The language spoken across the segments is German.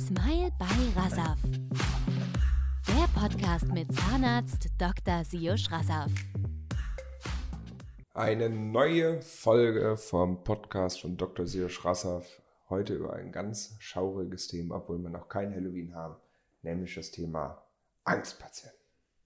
Smile by Rassaf. Der Podcast mit Zahnarzt Dr. Siusch Rassaf. Eine neue Folge vom Podcast von Dr. Siusch Rassaf. Heute über ein ganz schauriges Thema, obwohl wir noch kein Halloween haben, nämlich das Thema Angstpatienten.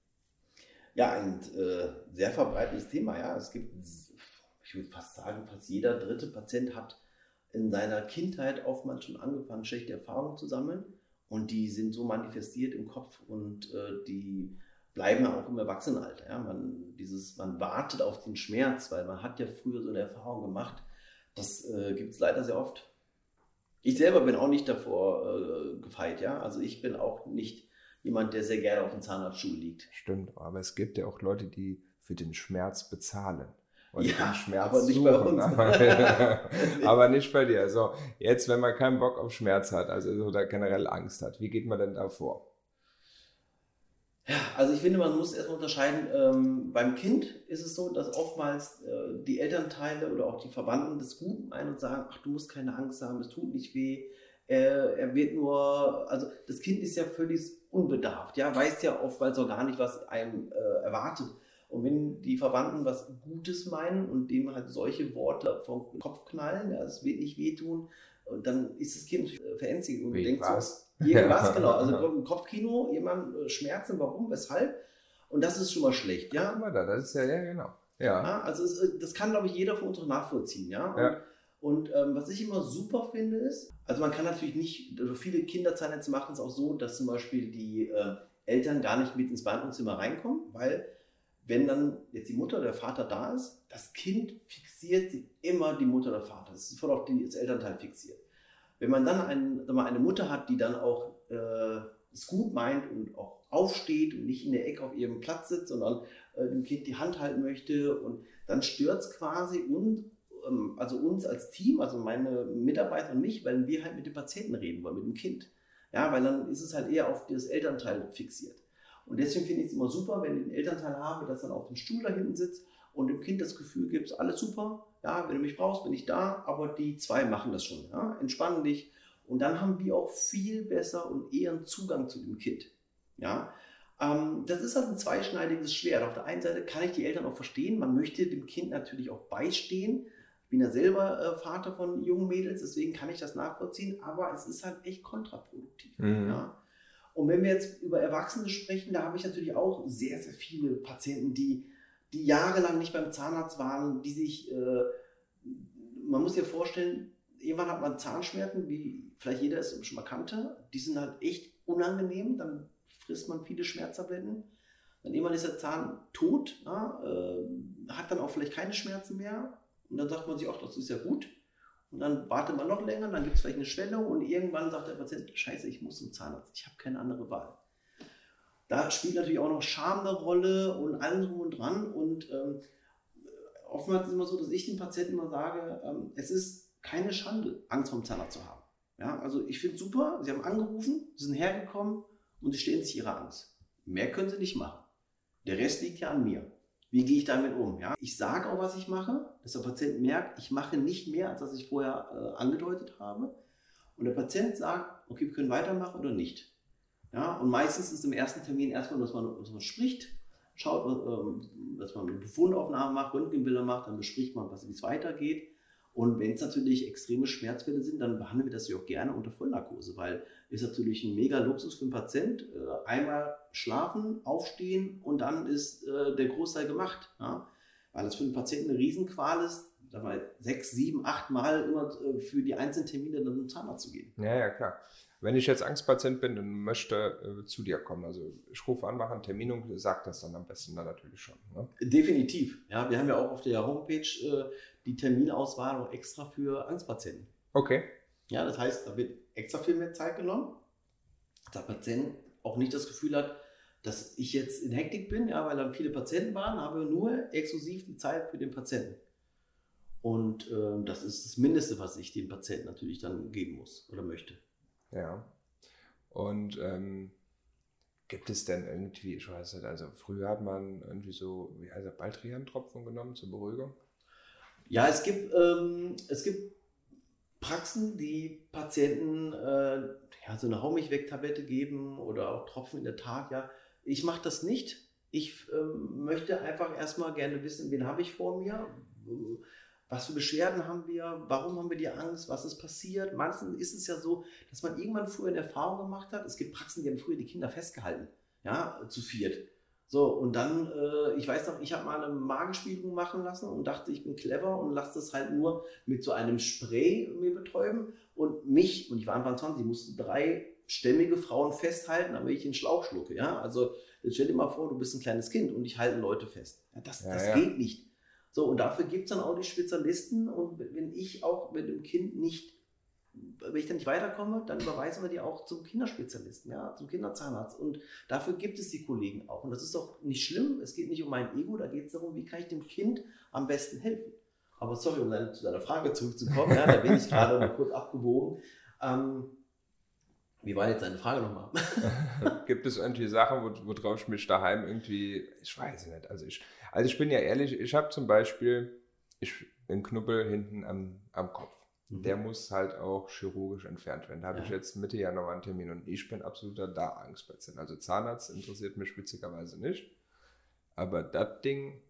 Ja, ein sehr verbreitetes Thema. Ja. Es gibt, ich würde fast sagen, fast jeder dritte Patient hat in seiner Kindheit oftmals schon angefangen, schlechte Erfahrungen zu sammeln. Und die sind so manifestiert im Kopf und die bleiben auch im Erwachsenenalter. Ja. Man wartet auf den Schmerz, weil man hat ja früher so eine Erfahrung gemacht. Das gibt es leider sehr oft. Ich selber bin auch nicht davor gefeit. Ja. Also ich bin auch nicht jemand, der sehr gerne auf dem Zahnarztstuhl liegt. Stimmt, aber es gibt ja auch Leute, die für den Schmerz bezahlen. Und ja, den Schmerz aber nicht suchen, bei uns. Aber nicht bei dir. So, jetzt, wenn man keinen Bock auf Schmerz hat, also oder generell Angst hat, wie geht man denn da vor? Ja, also ich finde, man muss erstmal unterscheiden, beim Kind ist es so, dass oftmals die Elternteile oder auch die Verwandten das gut meinen und sagen, ach, du musst keine Angst haben, es tut nicht weh, er wird nur, also das Kind ist ja völlig unbedarft, ja, weiß ja oftmals auch gar nicht, was einem erwartet. Und wenn die Verwandten was Gutes meinen und dem halt solche Worte vom Kopf knallen, ja, es wird nicht wehtun, und dann ist das Kind verängstigt und denkt was? so, irgendwas, genau, also im Kopfkino, jemand Schmerzen, warum, weshalb, und das ist schon mal schlecht, ja. Guck mal da, das ist ja genau. Ja. Also das kann, glaube ich, jeder von uns auch nachvollziehen, ja. Und was ich immer super finde ist, also man kann natürlich nicht, also viele Kinderzahnärzte machen es auch so, dass zum Beispiel die Eltern gar nicht mit ins Behandlungszimmer reinkommen, weil wenn dann jetzt die Mutter oder der Vater da ist, das Kind fixiert immer die Mutter oder Vater. Das ist voll auf das Elternteil fixiert. Wenn man dann eine Mutter hat, die dann auch es gut meint und auch aufsteht und nicht in der Ecke auf ihrem Platz sitzt, sondern dem Kind die Hand halten möchte, und dann stört es quasi uns als Team, also meine Mitarbeiter und mich, weil wir halt mit dem Patienten reden wollen, mit dem Kind. Ja, weil dann ist es halt eher auf das Elternteil fixiert. Und deswegen finde ich es immer super, wenn ich einen Elternteil habe, das dann auf dem Stuhl da hinten sitzt und dem Kind das Gefühl gibt, alles super, ja, wenn du mich brauchst, bin ich da, aber die zwei machen das schon, ja, entspannen dich. Und dann haben wir auch viel besser und eher einen Zugang zu dem Kind. Ja. Das ist halt ein zweischneidiges Schwert. Auf der einen Seite kann ich die Eltern auch verstehen, man möchte dem Kind natürlich auch beistehen. Ich bin ja selber Vater von jungen Mädels, deswegen kann ich das nachvollziehen, aber es ist halt echt kontraproduktiv. Mhm. Ja. Und wenn wir jetzt über Erwachsene sprechen, da habe ich natürlich auch sehr, sehr viele Patienten, die jahrelang nicht beim Zahnarzt waren, die sich, man muss sich vorstellen, irgendwann hat man Zahnschmerzen, wie vielleicht jeder es schon mal kannte, die sind halt echt unangenehm, dann frisst man viele Schmerztabletten, dann irgendwann ist der Zahn tot, ja, hat dann auch vielleicht keine Schmerzen mehr, und dann sagt man sich, ach, das ist ja gut. Und dann wartet man noch länger, dann gibt es vielleicht eine Schwellung und irgendwann sagt der Patient, scheiße, ich muss zum Zahnarzt, ich habe keine andere Wahl. Da spielt natürlich auch noch Scham eine Rolle und allem drum und dran. Und oftmals ist es immer so, dass ich den Patienten immer sage, es ist keine Schande, Angst vor dem Zahnarzt zu haben. Ja, also ich finde es super, sie haben angerufen, sie sind hergekommen und sie stehen sich ihrer Angst. Mehr können sie nicht machen. Der Rest liegt ja an mir. Wie gehe ich damit um? Ja? Ich sage auch, was ich mache, dass der Patient merkt, ich mache nicht mehr, als was ich vorher angedeutet habe. Und der Patient sagt, okay, wir können weitermachen oder nicht. Ja? Und meistens ist im ersten Termin erstmal, dass man spricht, schaut, dass man eine Befundaufnahme macht, Röntgenbilder macht, dann bespricht man, wie es weitergeht. Und wenn es natürlich extreme Schmerzfälle sind, dann behandeln wir das ja auch gerne unter Vollnarkose, weil es natürlich ein mega Luxus für den Patient. Einmal schlafen, aufstehen und dann ist der Großteil gemacht. Ja? Weil das für den Patienten eine Riesenqual ist, dabei 6, 7, 8 Mal immer für die einzelnen Termine dann zum Zahnarzt zu gehen. Ja, klar. Wenn ich jetzt Angstpatient bin und möchte zu dir kommen, also ich rufe an, mache einen Termin und sage das dann am besten dann natürlich schon. Ne? Definitiv. Ja, wir haben ja auch auf der Homepage die Terminauswahl auch extra für Angstpatienten. Okay. Ja, das heißt, da wird extra viel mehr Zeit genommen, dass der Patient auch nicht das Gefühl hat, dass ich jetzt in Hektik bin, ja, weil dann viele Patienten waren, habe nur exklusiv die Zeit für den Patienten. Und das ist das Mindeste, was ich dem Patienten natürlich dann geben muss oder möchte. Ja. Und gibt es denn irgendwie, ich weiß nicht, also früher hat man irgendwie so, wie heißt der, Baldrian-Tropfen genommen zur Beruhigung? Ja, es gibt Praxen, die Patienten so eine Haumich-Weg-Tablette geben oder auch Tropfen in der Tat, ja. Ich mache das nicht. Ich möchte einfach erstmal gerne wissen, wen habe ich vor mir, was für Beschwerden haben wir, warum haben wir die Angst, was ist passiert. Manchmal ist es ja so, dass man irgendwann früher eine Erfahrung gemacht hat. Es gibt Praxen, die haben früher die Kinder festgehalten, ja, zu viert. So, und dann, ich weiß noch, ich habe mal eine Magenspiegelung machen lassen und dachte, ich bin clever und lasse das halt nur mit so einem Spray mir betäuben und ich war Anfang 20, musste 3 stämmige Frauen festhalten, damit ich den Schlauch schlucke, ja. Also, jetzt stell dir mal vor, du bist ein kleines Kind und ich halte Leute fest. Ja, das geht nicht. So, und dafür gibt es dann auch die Spezialisten und wenn ich auch mit dem Kind wenn ich dann nicht weiterkomme, dann überweisen wir die auch zum Kinderspezialisten, ja, zum Kinderzahnarzt. Und dafür gibt es die Kollegen auch. Und das ist doch nicht schlimm. Es geht nicht um mein Ego, da geht es darum, wie kann ich dem Kind am besten helfen. Aber sorry, um zu deiner Frage zurückzukommen, ja, da bin ich gerade mal kurz abgebogen. Wie war jetzt deine Frage nochmal? Gibt es irgendwie Sachen, worauf ich mich daheim irgendwie, ich weiß nicht, also ich bin ja ehrlich, ich habe zum Beispiel einen Knubbel hinten am Kopf. Der muss halt auch chirurgisch entfernt werden. Da habe ich jetzt Mitte Januar einen Termin und ich bin absoluter Angstpatient. Also Zahnarzt interessiert mich witzigerweise nicht. Aber das Ding,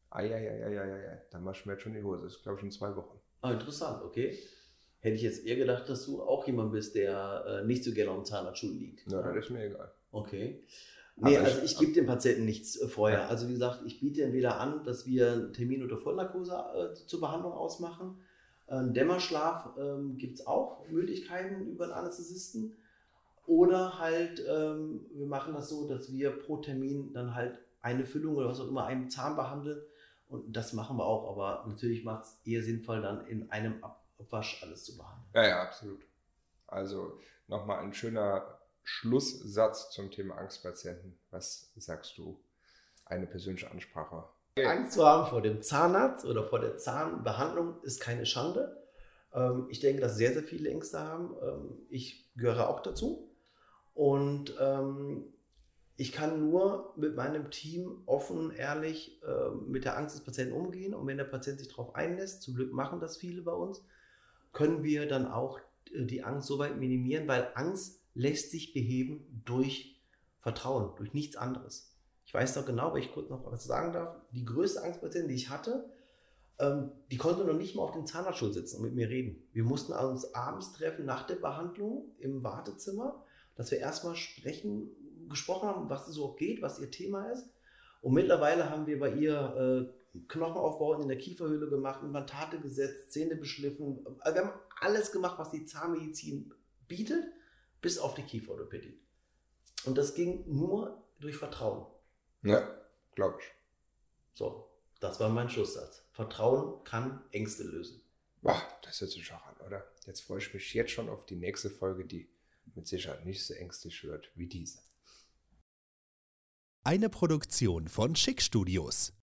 da mache ich mir jetzt schon die Hose. Das ist, glaube ich, in 2 Wochen. Ah, interessant, okay. Hätte ich jetzt eher gedacht, dass du auch jemand bist, der nicht so gerne am Zahnarztstuhl liegt. Ja, das ist mir egal. Okay. Nee, also ich gebe dem Patienten nichts vorher. Ja. Also wie gesagt, ich biete entweder an, dass wir einen Termin unter Vollnarkose zur Behandlung ausmachen. Dämmerschlaf gibt es auch Möglichkeiten über einen Anästhesisten. Oder halt, wir machen das so, dass wir pro Termin dann halt eine Füllung oder was auch immer, einen Zahn behandeln. Und das machen wir auch. Aber natürlich macht es eher sinnvoll, dann in einem Abwasch alles zu behandeln. Ja, absolut. Also nochmal ein schöner Schlusssatz zum Thema Angstpatienten. Was sagst du? Eine persönliche Ansprache. Angst zu haben vor dem Zahnarzt oder vor der Zahnbehandlung ist keine Schande. Ich denke, dass sehr, sehr viele Ängste haben. Ich gehöre auch dazu. Und ich kann nur mit meinem Team offen, ehrlich mit der Angst des Patienten umgehen. Und wenn der Patient sich darauf einlässt, zum Glück machen das viele bei uns, können wir dann auch die Angst so weit minimieren, weil Angst lässt sich beheben durch Vertrauen, durch nichts anderes. Ich weiß noch genau, weil ich kurz noch was sagen darf, die größte Angstpatientin, die ich hatte, die konnte noch nicht mal auf dem Zahnarztstuhl sitzen und mit mir reden. Wir mussten uns abends treffen nach der Behandlung im Wartezimmer, dass wir erstmal gesprochen haben, was so geht, was ihr Thema ist. Und mittlerweile haben wir bei ihr Knochenaufbau in der Kieferhöhle gemacht, Implantate gesetzt, Zähne beschliffen. Also wir haben alles gemacht, was die Zahnmedizin bietet, bis auf die Kieferorthopädie. Und das ging nur durch Vertrauen. Ja, glaube ich. So, das war mein Schlusssatz. Vertrauen kann Ängste lösen. Boah, das hört sich auch an, oder? Jetzt freue ich mich jetzt schon auf die nächste Folge, die mit Sicherheit nicht so ängstlich wird wie diese. Eine Produktion von Schick Studios.